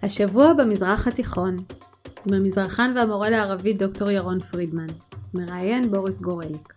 השבוע במזרח התיכון, עם המזרחן והמורה לערבית דוקטור ירון פרידמן, מראיין בוריס גורליק.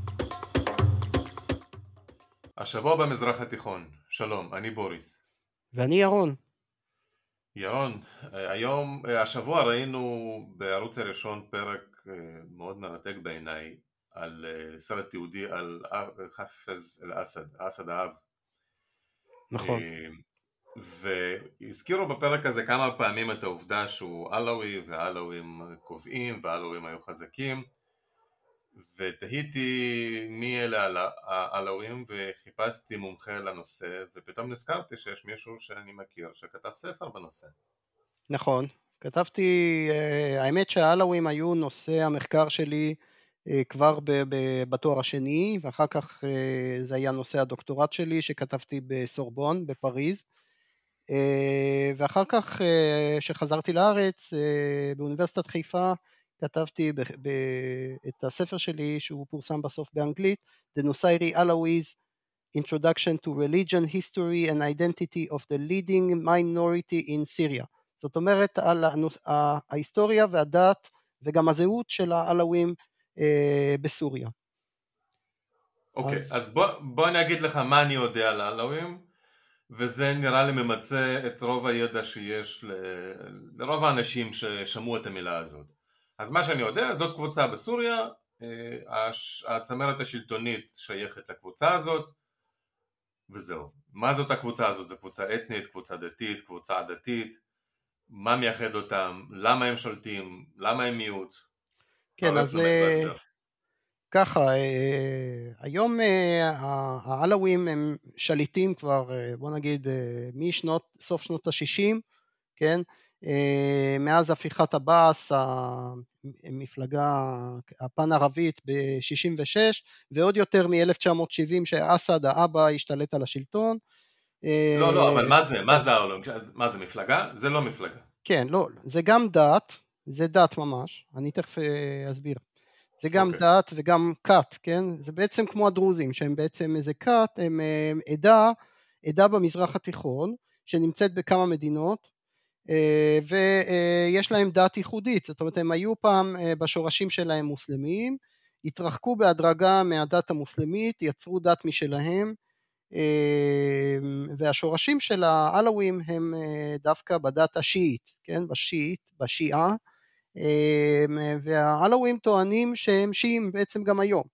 השבוע במזרח התיכון. שלום, אני בוריס. ואני ירון. ירון, השבוע ראינו בערוץ הראשון פרק מאוד מרתק בעיניי על סרט תיעודי על חאפז אל-אסד, אסד האב. נכון. והזכירו בפרק הזה כמה פעמים את העובדה שהוא אלווי, והאלווים קובעים, והאלווים היו חזקים, ותהיתי מי אלה האלווים, וחיפשתי מומחה לנושא, ופתאום נזכרתי שיש מישהו שאני מכיר שכתב ספר בנושא. נכון, כתבתי, האמת שהאלווים היו נושא המחקר שלי כבר בתואר השני, ואחר כך זה היה נושא הדוקטורט שלי שכתבתי בסורבון בפריז, ואחר כך שחזרתי לארץ באוניברסיטת חיפה כתבתי את הספר שלי שהוא פורסם בסוף באנגלית, The Nusayri Alawis, Introduction to Religion, History and Identity of the Leading Minority in Syria. זאת אומרת על ההיסטוריה והדת וגם הזהות של האלווים בסוריה. אוקיי, אז בוא אני אגיד לך מה אני יודע על האלווים, וזה נראה לי ממצא את רוב הידע שיש לרוב האנשים ששמעו את המילה הזאת. אז מה שאני יודע, זאת קבוצה בסוריה, הצמרת השלטונית שייכת לקבוצה הזאת, וזהו. מה זאת הקבוצה הזאת? זו קבוצה אתנית, קבוצה דתית, קבוצה עדתית, מה מייחד אותם, למה הם שולטים, למה הם מיעוט? כן, אז ככה, היום האלווים הם שליטים כבר, בוא נגיד, סוף שנות ה-60, כן? מאז הפיכת עבאס, המפלגה הפן ערבית ב-66, ועוד יותר מ-1970 שאסד האבא השתלט על השלטון. לא, אבל מה זה העולם? מה זה מפלגה? זה לא מפלגה. כן, לא, זה גם דת, זה דת ממש, אני תכף אסביר. זה גם דת וגם קאט, כן? זה בעצם כמו הדרוזים, שהם בעצם איזה קאט, הם עדה במזרח התיכון, שנמצאת בכמה מדינות, ויש להם דת ייחודית, זאת אומרת, הם היו פעם בשורשים שלהם מוסלמים, התרחקו בהדרגה מהדת המוסלמית, יצרו דת משלהם, והשורשים של האלווים הם דווקא בדת השיעית, כן? בשיעה, והאלווים טוענים שהם שיעים בעצם גם היום.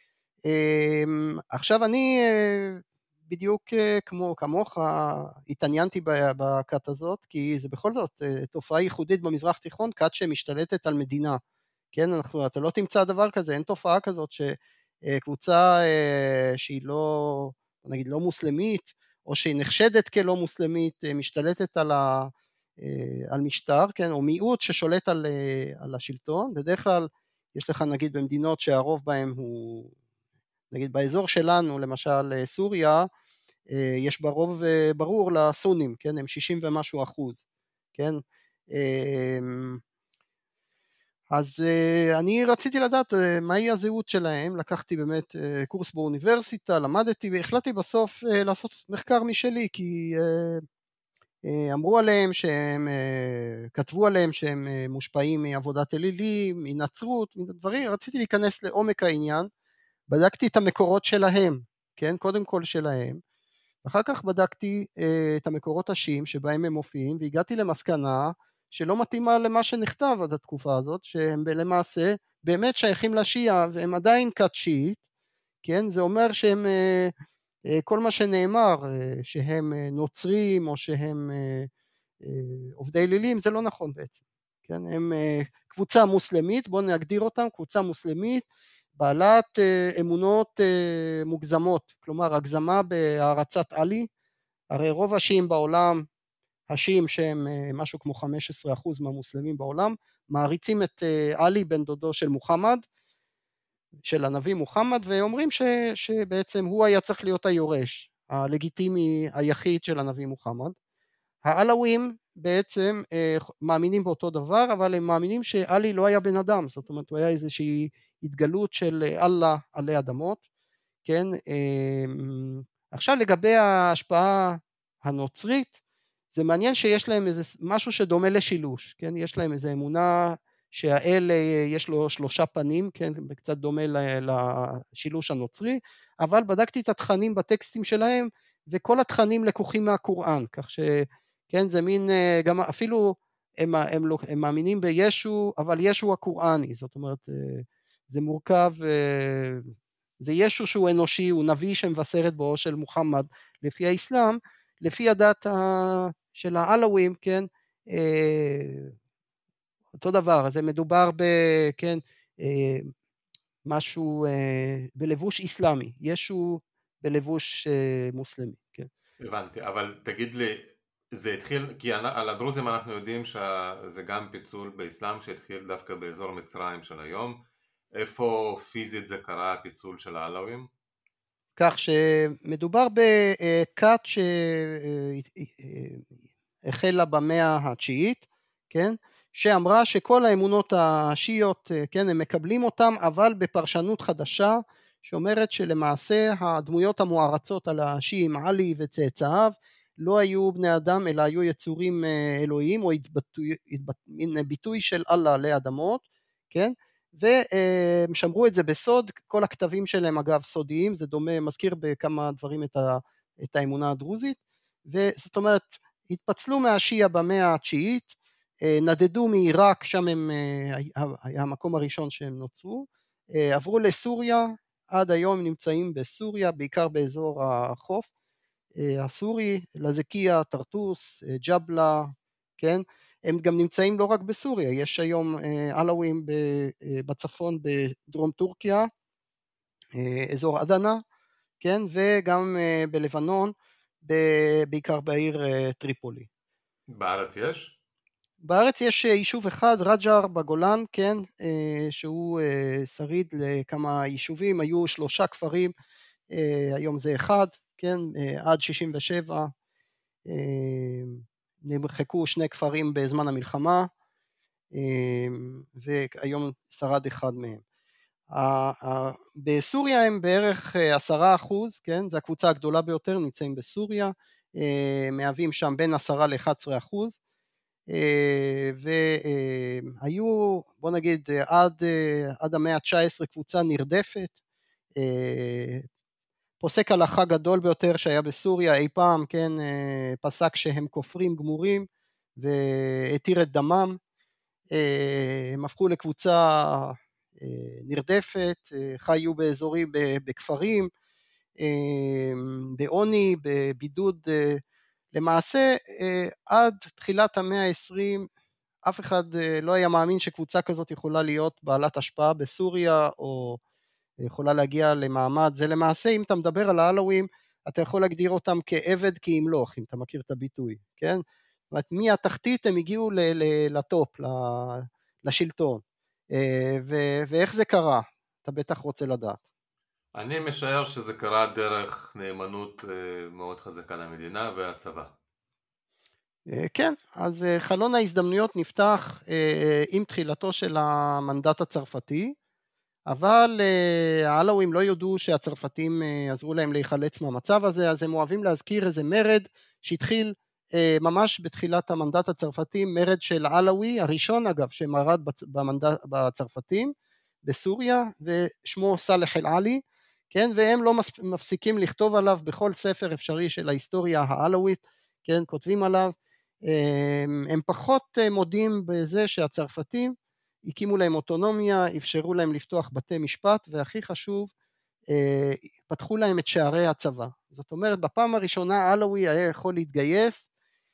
עכשיו אני בדיוק כמוך התעניינתי בכת הזאת, כי זה בכל זאת תופעה ייחודית במזרח תיכון, כת שמשתלטת על מדינה, כן? אתה לא תמצא דבר כזה, אין תופעה כזאת שקבוצה שהיא לא, נגיד לא מוסלמית, או שהיא נחשדת כלא מוסלמית, משתלטת על משטר, כן, או מיעוט ששולט על השלטון. בדרך כלל יש לך נגיד במדינות שהרוב בהם הוא, נגיד באזור שלנו, למשל סוריה, יש בה רוב ברור לסונים, כן, הם 60 ומשהו אחוז, כן. אז אני רציתי לדעת מהי הזהות שלהם, לקחתי באמת קורס באוניברסיטה, למדתי והחלטתי בסוף לעשות מחקר משלי, כי אמרו עליהם שהם, כתבו עליהם שהם מושפעים מעבודת אלילים, מנצרות, מדברים, רציתי להיכנס לעומק העניין, בדקתי את המקורות שלהם, כן, קודם כל שלהם, אחר כך בדקתי את המקורות השיעים שבהם הם מופיעים, והגעתי למסקנה שלא מתאימה למה שנכתב עד התקופה הזאת, שהם למעשה באמת שייכים לשיעה, והם עדיין כת שיעית, כן, זה אומר שהם כל מה שנאמר, שהם נוצרים או שהם עובדי אלילים, זה לא נכון בעצם, כן? הם קבוצה מוסלמית, בואו נגדיר אותם, קבוצה מוסלמית, בעלת אמונות מוגזמות, כלומר הגזמה בהערצת עלי, הרי רוב השיעים בעולם, השיעים שהם משהו כמו 15% מהמוסלמים בעולם, מעריצים את עלי בן דודו של מוחמד, של הנביא מוחמד, ואומרים שבעצם הוא היה צריך להיות היורש, הלגיטימי היחיד של הנביא מוחמד. האלווים בעצם מאמינים באותו דבר, אבל הם מאמינים שעלי לא היה בן אדם, זאת אומרת הוא היה איזושהי התגלות של אללה עלי אדמות, כן. עכשיו לגבי ההשפעה הנוצרית, זה מעניין שיש להם איזה משהו שדומה לשילוש, כן? יש להם איזו אמונה שהאל יש לו 3 פנים, כן? קצת דומה לשילוש הנוצרי, אבל בדקתי את התכנים בטקסטים שלהם, וכל התכנים לקוחים מהקוראן, כך שכן, זה מין, גם אפילו הם מאמינים בישו, אבל ישו הקוראני, זאת אומרת, זה מורכב, זה ישו שהוא אנושי, הוא נביא שמבשר את בואו של מוחמד, לפי האסלאם, לפי הדת של העלווים, כן, אותו דבר, זה מדובר כן, משהו בלבוש אסלאמי, ישו בלבוש מוסלמי, כן. הבנתי, אבל תגיד לי, זה התחיל, כי על הדרוזים אנחנו יודעים שזה גם פיצול באסלאם שהתחיל דווקא באזור מצרים של היום, איפה פיזית זה קרה הפיצול של העלווים? כך שמדובר בכת שהחלה במאה התשיעית, כן, שאמרה שכל האמונות השיעיות, כן, הם מקבלים אותם, אבל בפרשנות חדשה, שאומרת שלמעשה הדמויות המוערצות על השיעים, עלי וצאצאיו, לא היו בני אדם, אלא היו יצורים אלוהיים, או ביטוי של אללה עלי אדמות, כן, והם שמרו את זה בסוד, כל הכתבים שלהם אגב סודיים, זה דומה, מזכיר בכמה דברים את האמונה הדרוזית, וזאת אומרת, התפצלו מהשיעה במאה התשיעית, נדדו מעיראק, שם הם, היה המקום הראשון שהם נוצרו, עברו לסוריה, עד היום נמצאים בסוריה, בעיקר באזור החוף הסורי, לזקיה, טרטוס, ג'בלה, כן, הם גם נמצאים לא רק בסוריה, יש היום עלווים בצפון בדרום טורקיה, אזור אדנה, כן, וגם בלבנון, בעיקר בעיר טריפולי. בארץ יש? בארץ יש יישוב אחד, רג'ר בגולן, כן, שהוא שריד לכמה יישובים, היו 3 כפרים, היום זה 1, כן, עד 67, נמחקו 2 כפרים בזמן המלחמה, והיום שרד 1 מהם. בסוריה הם בערך 10%, כן, זו הקבוצה הגדולה ביותר, נמצאים בסוריה, מהווים שם בין 10 ל-11%, והיו, בוא נגיד, עד המאה ה-19 קבוצה נרדפת, פוסק הלכה גדול ביותר שהיה בסוריה אי פעם, כן, פסק שהם כופרים גמורים והתיר את דמם, הם הפכו לקבוצה נרדפת, חיו באזורים, בכפרים, בעוני, בבידוד, למעשה עד תחילת המאה ה-20 אף אחד לא היה מאמין שקבוצה כזאת יכולה להיות בעלת השפעה בסוריה או יכולה להגיע למעמד, זה למעשה אם אתה מדבר על העלווים אתה יכול להגדיר אותם כעבד כי ימלוך, אם אתה מכיר את הביטוי, כן? זאת אומרת מהתחתית הם הגיעו לטופ, לשלטון, ואיך זה קרה? אתה בטח רוצה לדעת. אני משער שזה קרה דרך נאמנות מאוד חזקה למדינה והצבא. כן, אז חלון ההזדמנויות נפתח עם תחילתו של המנדט הצרפתי, אבל העלווים לא יודעו שהצרפתים עזרו להם להיחלץ מהמצב הזה, אז הם אוהבים להזכיר איזה מרד שהתחיל ממש בתחילת המנדט הצרפתי, מרד של עלווי, הראשון אגב שמרד בצרפתים בסוריה, ושמו סלח אל-עלי, כן, והם לא מפסיקים לכתוב עליו בכל ספר אפשרי של ההיסטוריה העלווית, כן, כותבים עליו, הם פחות מודים בזה שהצרפתים הקימו להם אוטונומיה, אפשרו להם לפתוח בתי משפט, והכי חשוב, פתחו להם את שערי הצבא. זאת אומרת, בפעם הראשונה עלווי היה יכול להתגייס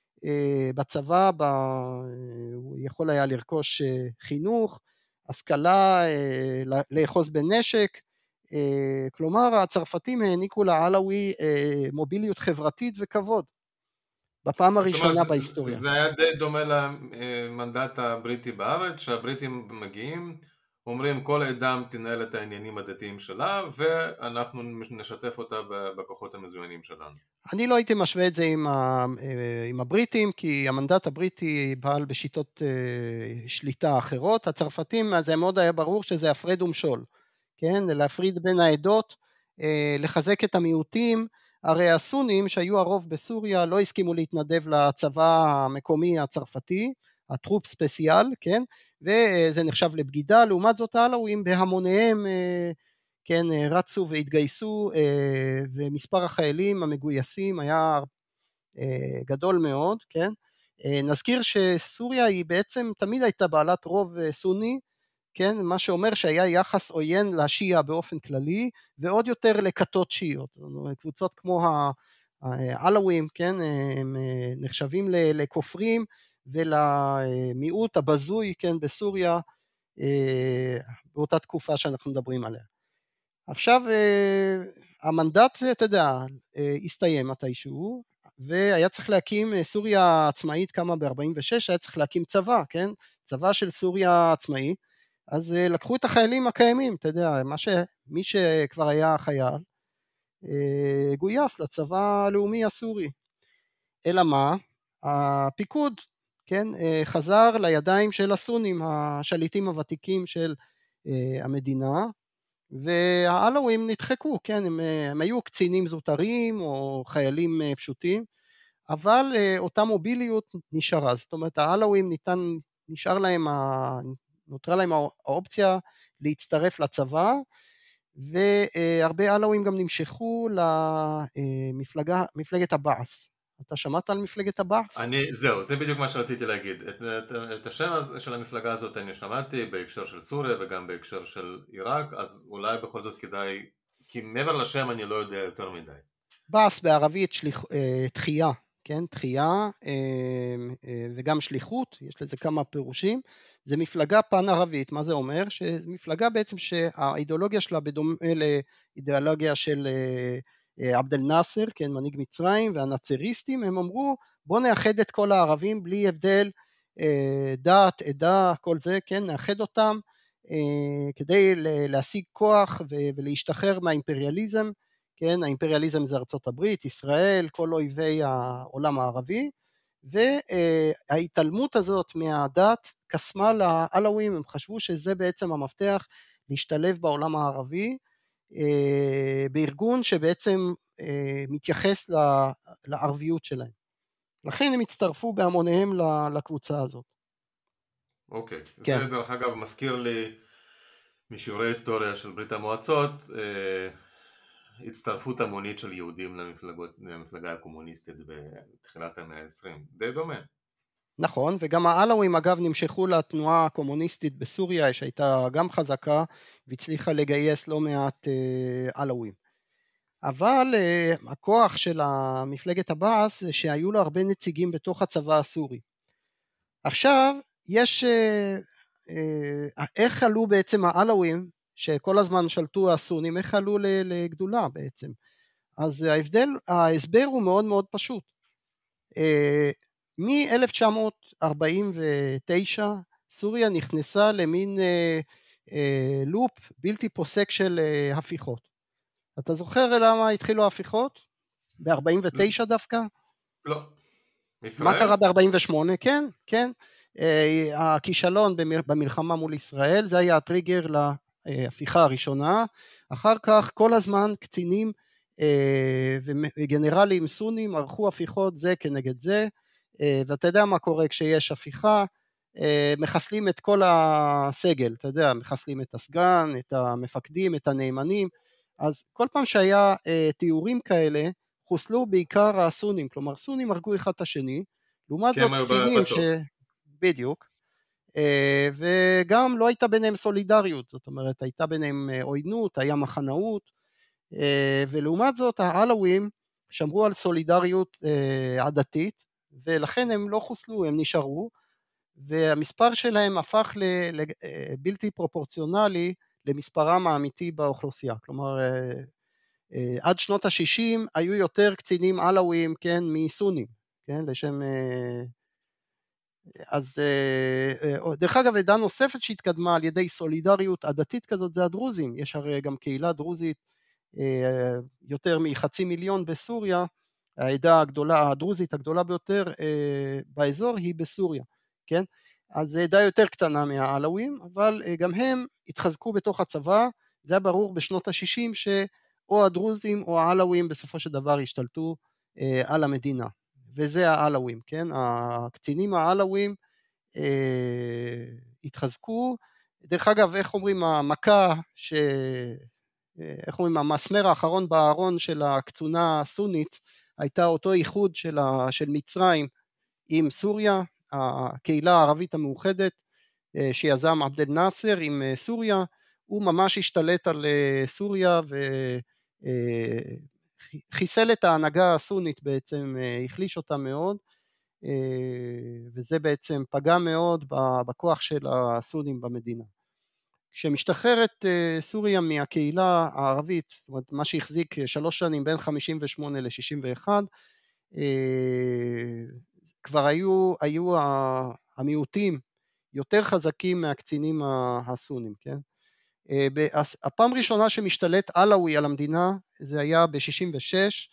בצבא, הוא יכול היה לרכוש חינוך, השכלה, לאחוז בנשק, כלומר הצרפתים העניקו לעלווי מוביליות חברתית וכבוד. בפעם הראשונה בהיסטוריה. זה היה די דומה למנדט הבריטי בארץ, שהבריטים מגיעים, אומרים כל עדה תנהל את העניינים הדתיים שלה, ואנחנו נשתף אותה בכוחות המזוינים שלנו. אני לא הייתי משווה את זה עם הבריטים, כי המנדט הבריטי פעל בשיטות שליטה אחרות, הצרפתים, זה מאוד היה ברור שזה הפרד ומשול, כן? להפריד בין העדות, לחזק את המיעוטים, הרי הסונים שהיו הרוב בסוריה לא הסכימו להתנדב לצבא המקומי הצרפתי, הטרופ ספציאל, כן, וזה נחשב לבגידה. לעומת זאת העלווים בהמוניהם כן, רצו והתגייסו, ומספר החיילים המגויסים היה גדול מאוד, כן. נזכיר שסוריה היא בעצם תמיד הייתה בעלת רוב סוני, כן, מה שאומר שהיה יחס עוין לשיעה באופן כללי, ועוד יותר לכתות שיעיות, קבוצות כמו העלווים, כן, הם נחשבים לכופרים, ולמיעוט הבזוי, כן, בסוריה, באותה תקופה שאנחנו מדברים עליה. עכשיו המנדט, אתה יודע, הסתיים מתישהו, והיה צריך להקים, סוריה עצמאית קמה ב-46, היה צריך להקים צבא, כן, צבא של סוריה עצמאי, אז לקחו את החיילים הקיימים, אתה יודע, מי שכבר היה חייל, גויס לצבא הלאומי הסורי. אלא מה? הפיקוד, כן, חזר לידיים של הסונים, השליטים הוותיקים של המדינה, והעלווים נדחקו, כן, הם היו קצינים זוטרים או חיילים פשוטים, אבל אותה מוביליות נשארה, זאת אומרת העלווים נותרה להם האופציה להצטרף לצבא, והרבה עלווים גם נמשכו למפלגת הבעת'. אתה שמעת על מפלגת הבעת'? זהו, זה בדיוק מה שרציתי להגיד. את השם של המפלגה הזאת אני שמעתי בהקשר של סוריה וגם בהקשר של עיראק, אז אולי בכל זאת כדאי, כי מעבר לשם אני לא יודע יותר מדי. בעת' בערבית תחייה, כן, תחייה וגם שליחות, יש לזה כמה פירושים. זה מפלגה פן ערבית. מה זה אומר? שמפלגה בעצם שהאידיאולוגיה שלה בדומה לאידיאולוגיה של עבד אל נאסר, כן, מנהיג מצרים, והנאצריסטים, הם אמרו בוא נאחד את כל הערבים בלי הבדל דת, עדה, כל זה, כן, נאחד אותם כדי להשיג כוח ולהשתחרר מהאימפריאליזם, כן, האימפריאליזם זה ארצות הברית, ישראל, כל אויבי העולם הערבי, וההתעלמות הזאת מהדת קסמה לעלווים, הם חשבו שזה בעצם המפתח להשתלב בעולם הערבי, בארגון שבעצם מתייחס לערביות שלהם. לכן הם הצטרפו בהמוניהם לקבוצה הזאת. אוקיי, זה דרך אגב מזכיר לי משיעורי היסטוריה של ברית המועצות, הצטרפות המונית של יהודים למפלגה הקומוניסטית בתחילת המאה ה-20, די דומה. נכון, וגם העלווים אגב נמשכו לתנועה הקומוניסטית בסוריה, שהייתה גם חזקה והצליחה לגייס לא מעט עלווים. אבל הכוח של מפלגת הבעת' זה שהיו לו הרבה נציגים בתוך הצבא הסורי. עכשיו יש, איך עלו בעצם העלווים שכל הזמן שלטו הסונים, איך עלו לגדולה בעצם? אז ההסבר הוא מאוד מאוד פשוט. מ-1949 סוריה נכנסה למין לופ בלתי פוסק של הפיכות. אתה זוכר למה התחילו ההפיכות? ב-49 דווקא? לא. מה קרה ב-48? כן, כן. הכישלון במלחמה מול ישראל, זה היה הטריגר להפיכה הראשונה. אחר כך כל הזמן קצינים וגנרלים סונים ערכו הפיכות זה כנגד זה, ואתה יודע מה קורה כשיש הפיכה, מחסלים את כל הסגל, אתה יודע, מחסלים את הסגן, את המפקדים, את הנאמנים, אז כל פעם שהיה תיאורים כאלה, חוסלו בעיקר הסונים, כלומר סונים הרגו אחד את השני, לעומת זאת קצינים בדיוק, וגם לא הייתה ביניהם סולידריות, זאת אומרת הייתה ביניהם עוינות, היה מחנאות, ולעומת זאת העלווים שמרו על סולידריות עדתית, ולכן הם לא חוסלו, הם נשארו, והמספר שלהם הפך לבלתי פרופורציונלי למספרם האמיתי באוכלוסייה, כלומר עד שנות ה-60 היו יותר קצינים עלווים, כן, מסונים, כן, לשם, אז דרך אגב עדה נוספת שהתקדמה על ידי סולידריות עדתית כזאת זה הדרוזים, יש הרי גם קהילה דרוזית יותר מ500,000 בסוריה, העדה הגדולה, הדרוזית הגדולה ביותר באזור היא בסוריה, כן? אז זה עדה יותר קטנה מהעלווים, אבל גם הם התחזקו בתוך הצבא, זה היה ברור בשנות ה-60 או הדרוזים או העלווים בסופו של דבר השתלטו על המדינה, וזה העלווים, כן? הקצינים העלווים התחזקו. דרך אגב, איך אומרים, המכה, איך אומרים, המסמר האחרון בארון של הקצונה הסונית, הייתה אותו איחוד של מצרים עם סוריה, הקהילה הערבית המאוחדת, שיזם עבד אל נאסר עם סוריה. הוא ממש השתלט על סוריה וחיסל את ההנהגה הסונית, בעצם החליש אותה מאוד, וזה בעצם פגע מאוד בכוח של הסונים במדינה. כשמשתחררת סוריה מהקהילה הערבית, זאת אומרת מה שהחזיק 3 שנים בין 58 ל-61, כבר היו המיעוטים יותר חזקים מהקצינים הסונים, כן? הפעם ראשונה שמשתלט עלאווי על המדינה זה היה ב-66,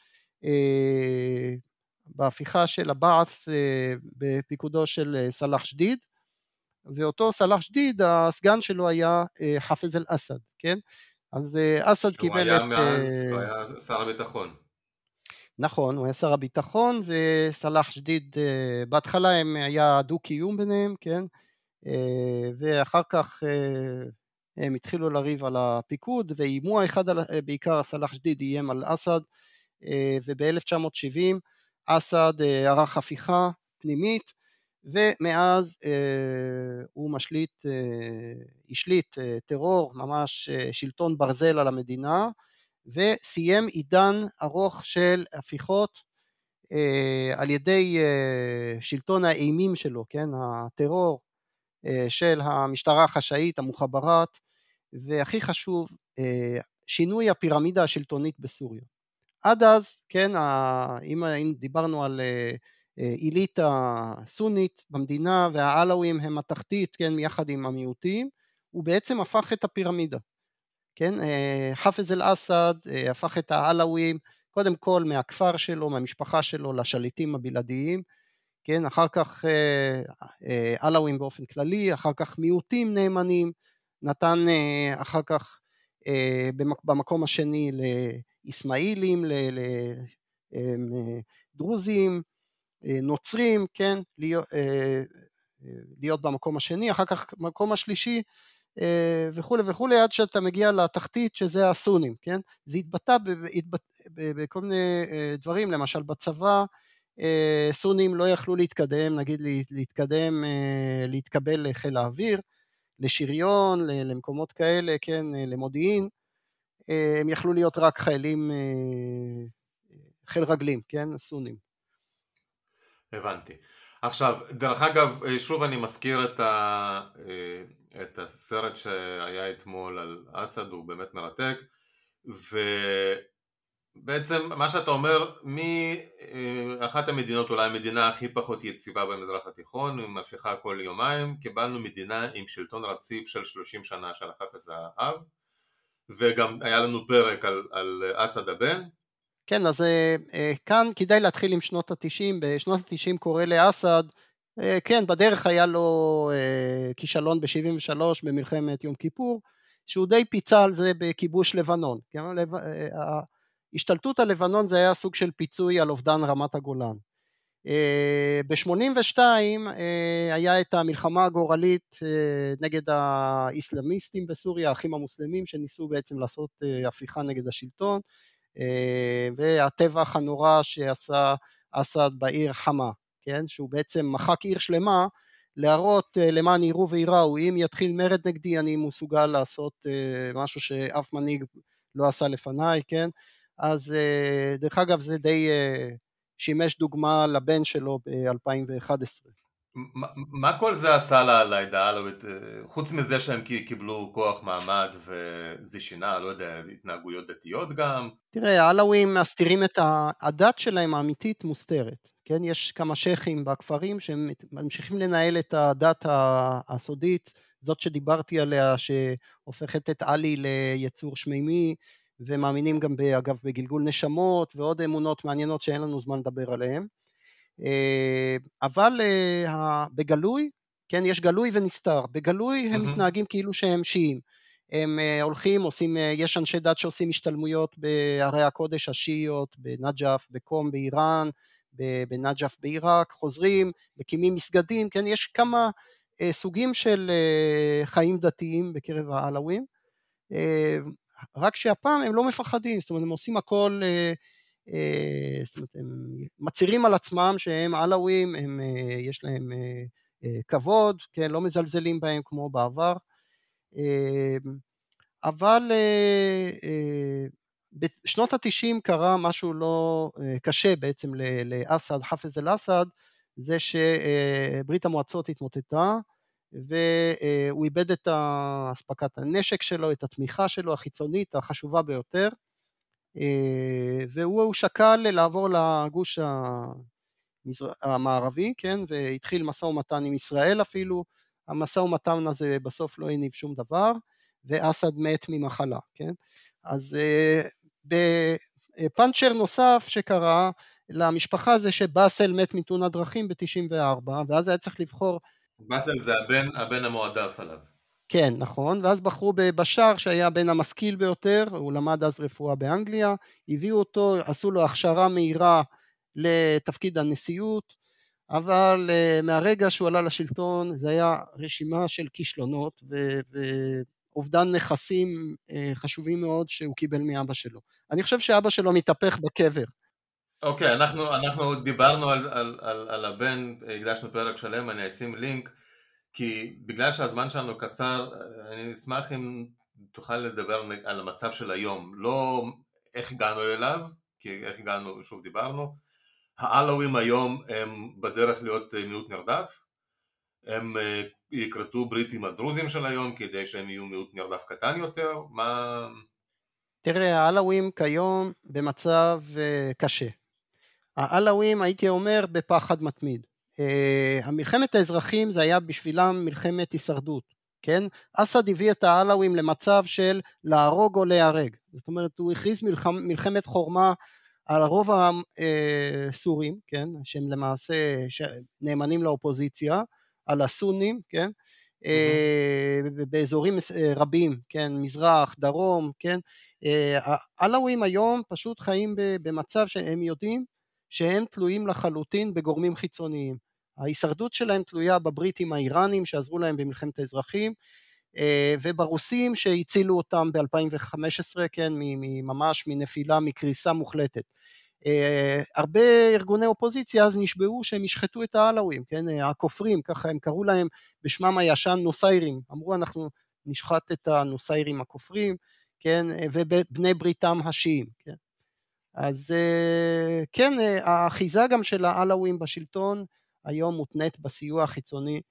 בהפיכה של הבעת' בפיקודו של סלאח ג'דיד, ואותו סלאח ג'דיד הסגן שלו היה חאפז אל-אסד, כן? אז אסד קיבל את... הוא היה שר הביטחון. נכון, הוא היה שר הביטחון, וסלאח ג'דיד בהתחלה היה דו-קיום ביניהם, כן? ואחר כך הם התחילו לריב על הפיקוד, ואיימו אחד, בעיקר סלאח ג'דיד איים על אסד, וב-1970 אסד ערך הפיכה פנימית, ומאז הוא השליט טרור, ממש שלטון ברזל על המדינה, וסיים עידן ארוך של הפיכות על ידי שלטון האימים שלו, כן? הטרור של המשטרה החשאית, המוחבראת, והכי חשוב, שינוי הפירמידה השלטונית בסוריה. עד אז, כן, אם דיברנו על איליטה סונית במדינה, והעלווים הם התחתית, כן, יחד עם המיעוטים, הוא בעצם הפך את הפירמידה, כן? חאפז אל-אסד הפך את העלווים, קודם כל מהכפר שלו, מהמשפחה שלו, לשליטים הבלעדיים, כן? אחר כך עלווים באופן כללי, אחר כך מיעוטים נאמנים, נתן אחר כך במקום השני לאסמאעילים, לדרוזים, נוצרים, כן? להיות במקום השני, אחר כך במקום השלישי, וכו' וכו', עד שאתה מגיע לתחתית שזה הסונים, כן? זה התבטא בכל מיני דברים, למשל בצבא, סונים לא יכלו להתקדם, נגיד להתקבל לחיל האוויר, לשריון, למקומות כאלה, כן, למודיעין, הם יכלו להיות רק חיילים, חיל רגלים, כן, סונים. הבנתי. עכשיו, דרך אגב, שוב אני מזכיר את הסרט שהיה אתמול על אסד, הוא באמת מרתק, ובעצם מה שאתה אומר, מאחת המדינות, אולי המדינה הכי פחות יציבה במזרח התיכון, עם הפיכה כל יומיים, קיבלנו מדינה עם שלטון רציף של 30 שנה של חאפז האב, וגם היה לנו פרק על אסד הבן. כן, אז כאן כדאי להתחיל עם שנות ה-90, בשנות ה-90 קורא לאסד, כן, בדרך היה לו כישלון ב-73 במלחמת יום כיפור, שהוא די פיצה על זה בכיבוש לבנון, כן? השתלטות על לבנון זה היה סוג של פיצוי על אובדן רמת הגולן. ב-82 היה את המלחמה הגורלית נגד האסלאמיסטים בסוריה, האחים המוסלמים שניסו בעצם לעשות הפיכה נגד השלטון, והטבח הנורא שעשה אסד בעיר חמה, כן? שהוא בעצם מחק עיר שלמה, להראות למען יראו ויראו, אם יתחיל מרד נגדי אני מסוגל לעשות משהו שאף מנהיג לא עשה לפניי, כן? אז דרך אגב זה די שימש דוגמה לבן שלו ב-2011. מה כל זה עשה לעדה העלווית, חוץ מזה שהם קיבלו כוח מעמד וזה שינה, לא יודע, התנהגויות דתיות גם? תראה, העלווים מסתירים את הדת שלהם האמיתית מוסתרת, כן? יש כמה שייחים בכפרים שהם ממשיכים לנהל את הדת הסודית, זאת שדיברתי עליה, שהופכת את עלי ליצור שמימי, ומאמינים גם אגב בגלגול נשמות ועוד אמונות מעניינות שאין לנו זמן לדבר עליהן. אבל בגלוי, כן, יש גלוי ונסתר, בגלוי הם מתנהגים כאילו שהם שיעים, הם הולכים, יש אנשי דת שעושים השתלמויות בערי הקודש השיעיות, בנג'ף, בקום באיראן, בנג'ף בעיראק, חוזרים, מקימים מסגדים, כן, יש כמה סוגים של חיים דתיים בקרב העלווים, רק שהפעם הם לא מפחדים, זאת אומרת הם עושים הכל, זאת אומרת הם מצהירים על עצמם שהם עלווים, יש להם כבוד, כן, לא מזלזלים בהם כמו בעבר, אבל בשנות ה-90 קרה משהו לא קשה בעצם לאסד, חאפז אל-אסד, זה שברית המועצות התמוטטה, והוא איבד את אספקת הנשק שלו, את התמיכה שלו החיצונית החשובה ביותר, והוא שקל לעבור לגוש המערבי, כן, והתחיל משא ומתן עם ישראל אפילו, המשא ומתן הזה בסוף לא הניב שום דבר, ואסד מת ממחלה, כן, אז בפנצ'ר נוסף שקרה למשפחה זה שבאסל מת מתאונת דרכים ב-94, ואז היה צריך לבחור, באסל זה הבן המועדף עליו. כן, נכון, ואז בחרו בבשר שהיה הבן המשכיל ביותר, הוא למד אז רפואה באנגליה, הביאו אותו, עשו לו הכשרה מהירה לתפקיד הנשיאות, אבל מהרגע שהוא עלה לשלטון זה היה רשימה של כישלונות ואובדן נכסים חשובים מאוד שהוא קיבל מאבא שלו. אני חושב שאבא שלו מתהפך בקבר. אוקיי, אנחנו דיברנו על הבן, הקדשנו פרק שלם, אני אשים לינק, כי בגלל שהזמן שלנו קצר, אני אשמח אם תוכל לדבר על המצב של היום, לא איך הגענו אליו, כי איך הגענו, שוב דיברנו, העלווים היום הם בדרך להיות מיעוט נרדף, הם יקרתו ברית עם הדרוזים של היום כדי שהם יהיו מיעוט נרדף קטן יותר, מה... תראה, העלווים כיום במצב קשה. העלווים הייתי אומר בפחד מתמיד. המלחמת האזרחים זה היה בשבילם מלחמת הישרדות, כן? אסד הביא את העלווים למצב של להרוג או להיהרג, זאת אומרת הוא הכריז מלחמת חורמה על רוב הסורים, כן? שהם למעשה נאמנים לאופוזיציה, על הסונים, כן? באזורים רבים, כן? מזרח, דרום, כן? העלווים היום פשוט חיים במצב שהם יודעים שהם תלויים לחלוטין בגורמים חיצוניים. ההישרדות שלהם תלויה בבריטים האיראנים שעזרו להם במלחמת האזרחים, וברוסים שהצילו אותם ב-2015, כן, ממש מנפילה, מקריסה מוחלטת. הרבה ארגוני אופוזיציה אז נשבעו שהם ישחטו את העלווים, כן, הכופרים, ככה הם קראו להם בשמם הישן נוסיירים, אמרו אנחנו נשחט את הנוסיירים הכופרים, כן, ובני בריתם השיעים, כן. אז כן, האחיזה גם של העלווים בשלטון היום מותנית בסיוע החיצוני,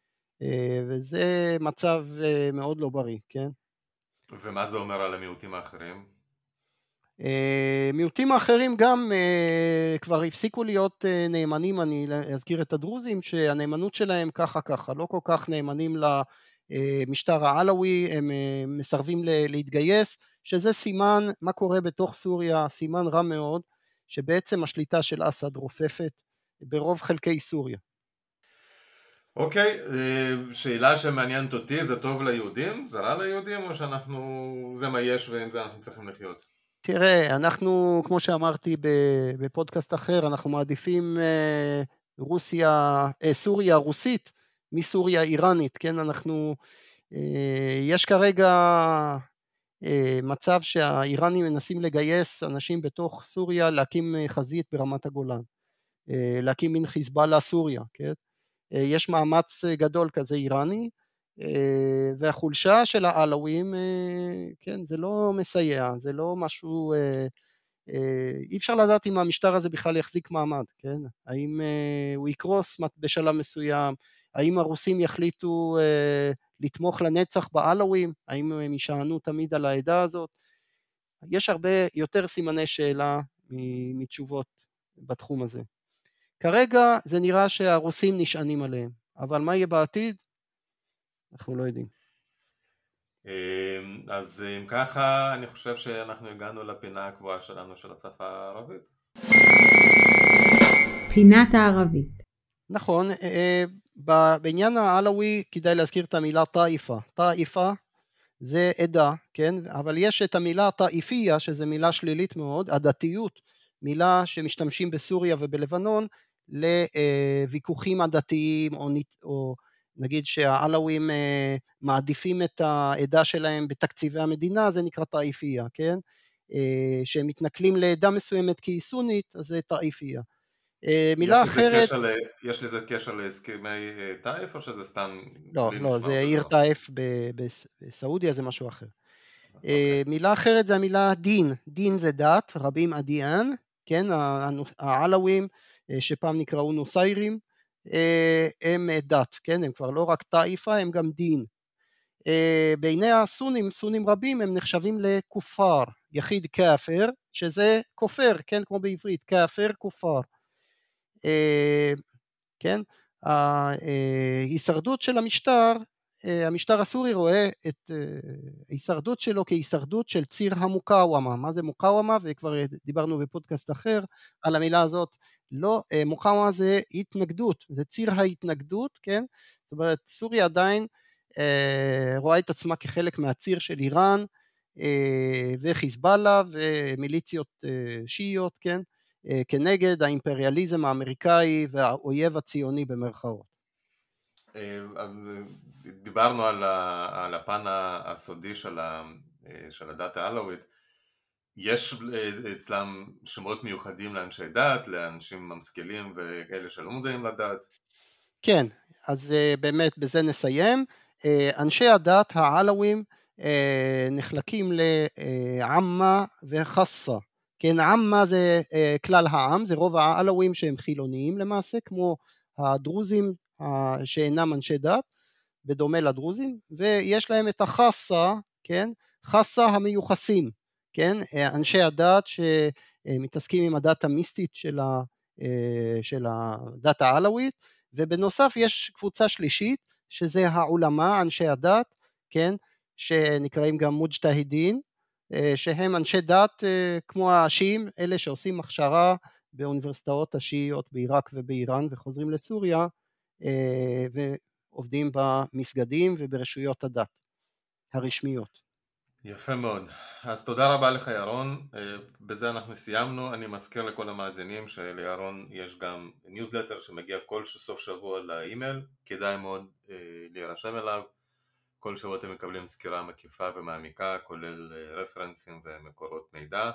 וזה מצב מאוד לא בריא, כן. ומה זה אומר על המיעוטים האחרים? מיעוטים האחרים גם כבר הפסיקו להיות נאמנים, אני אזכיר את הדרוזים, שהנאמנות שלהם ככה, לא כל כך נאמנים למשטר העלווי, הם מסרבים להתגייס, שזה סימן, מה קורה בתוך סוריה, סימן רע מאוד, שבעצם השליטה של אסד רופפת ברוב חלקי סוריה. אוקיי, שאלה שמעניינת אותי, זה טוב ליהודים? זה רע ליהודים או זה מה יש ועם זה אנחנו צריכים לחיות? תראה, אנחנו, כמו שאמרתי בפודקאסט אחר, אנחנו מעדיפים סוריה רוסית מסוריה איראנית, כן, יש כרגע מצב שהאיראנים מנסים לגייס אנשים בתוך סוריה להקים חזית ברמת הגולן, להקים מין חיזבאללה סוריה, כן, יש מאמץ גדול כזה איראני, והחולשה של העלווים, כן, זה לא מסייע, זה לא משהו, אי אפשר לדעת אם המשטר הזה בכלל יחזיק מעמד, כן, האם הוא יקרוס בשלב מסוים, האם הרוסים יחליטו לתמוך לנצח בעלווים, האם הם יישענו תמיד על העדה הזאת, יש הרבה יותר סימני שאלה מתשובות בתחום הזה. כרגע זה נראה שהרוסים נשענים עליהם, אבל מה יהיה בעתיד? אנחנו לא יודעים. אז אם ככה, אני חושב שאנחנו הגענו לפינה הקבועה שלנו של השפה הערבית. פינת הערבית. נכון, בעניין העלווי כדאי להזכיר את המילה טאיפה. טאיפה זה עדה, כן? אבל יש את המילה טאיפיה, שזו מילה שלילית מאוד, הדתיות, מילה שמשתמשים בסוריה ובלבנון, לוויכוחים עדתיים, או נגיד שהעלווים מעדיפים את העדה שלהם בתקציבי המדינה, זה נקרא טאיפיה, כן? שהם מתנכלים לעדה מסוימת כי היא סונית, אז זה טאיפיה. מילה אחרת... יש לזה קשר להסכמי טייף או שזה סתם... לא, זה עיר טייף בסעודיה, זה משהו אחר. מילה אחרת זה המילה דין, דין זה דת, רבים אדיאן, כן, העלווים שפעם נקראו נוסיירים, הם דת, כן, הם כבר לא רק טייפה, הם גם דין. בעיני הסונים, סונים רבים, הם נחשבים לכופר, יחיד כאפר, שזה כופר, כן, כמו בעברית, כאפר כופר. כן, ההישרדות של המשטר הסורי רואה את ההישרדות שלו כהישרדות של ציר המוקאוומה. מה זה מוקאוומה? וכבר דיברנו בפודקאסט אחר על המילה הזאת. לא, מוקאוומה זה התנגדות, זה ציר ההתנגדות, כן? זאת אומרת, סוריה עדיין רואה את עצמה כחלק מהציר של איראן וחיזבאללה ומיליציות שיעיות, כן? כנגד האימפריאליזם האמריקאי והאויב הציוני במרכאות. דיברנו על הפן הסודי של הדת העלווית. יש אצלם שמות מיוחדים לאנשי דת, לאנשים משכילים וכאלה שלא מודעים לדת? כן, אז באמת בזה נסיים. אנשי הדת העלווים נחלקים לעמה וחסה. כן, עמה זה כלל העם, זה רוב העלווים שהם חילוניים למעשה, כמו הדרוזים שאינם אנשי דת, בדומה לדרוזים, ויש להם את החסה, כן, חסה המיוחסים, כן, אנשי הדת שמתעסקים עם הדת המיסטית של הדת העלווית, ובנוסף יש קבוצה שלישית, שזה העולמה, אנשי הדת, כן, שנקראים גם מוג'תהידין, שהם אנשי דת כמו השיעים, אלה שעושים הכשרה באוניברסיטאות השיעיות בעיראק ובאיראן וחוזרים לסוריה ועובדים במסגדים וברשויות הדת הרשמיות. יפה מאוד. אז תודה רבה לך ירון, בזה אנחנו סיימנו. אני מזכיר לכל המאזינים שלירון יש גם ניוזלטר שמגיע כל סוף שבוע לאימייל, כדאי מאוד להירשם אליו. כל שבוע אתם מקבלים סקירה מקיפה ומעמיקה, כולל רפרנסים ומקורות מידע,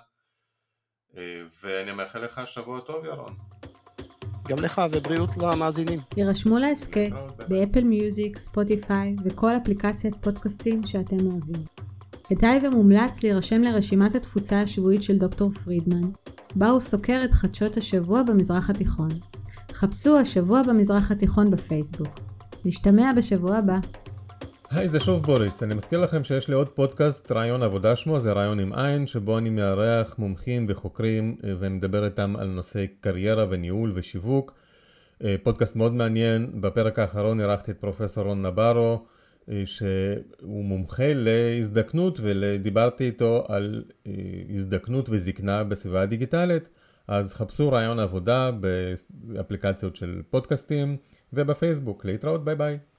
ואני מאחל לך שבוע טוב ירון. גם לך ובריאות למאזינים. יירשמו להסכת באפל מיוזיק, ספוטיפיי וכל אפליקציית פודקאסטים שאתם אוהבים. כדאי ומומלץ להירשם לרשימת התפוצה השבועית של דוקטור פרידמן, בה הוא סוקר את חדשות השבוע במזרח התיכון. חפשו השבוע במזרח התיכון בפייסבוק. נשתמע בשבוע הבא. היי, זה שוב בוריס. אני מזכיר לכם שיש לי עוד פודקאסט, רעיון עבודה שמו, זה רעיון עם עין, שבו אני מארח מומחים וחוקרים ומדבר איתם על נושאי קריירה וניהול ושיווק. פודקאסט מאוד מעניין. בפרק האחרון ערכתי את פרופסור רון נברו, שהוא מומחה להזדקנות, ודיברתי איתו על הזדקנות וזקנה בסביבה הדיגיטלית. אז חפשו רעיון עבודה באפליקציות של פודקאסטים ובפייסבוק. להתראות, ביי ביי.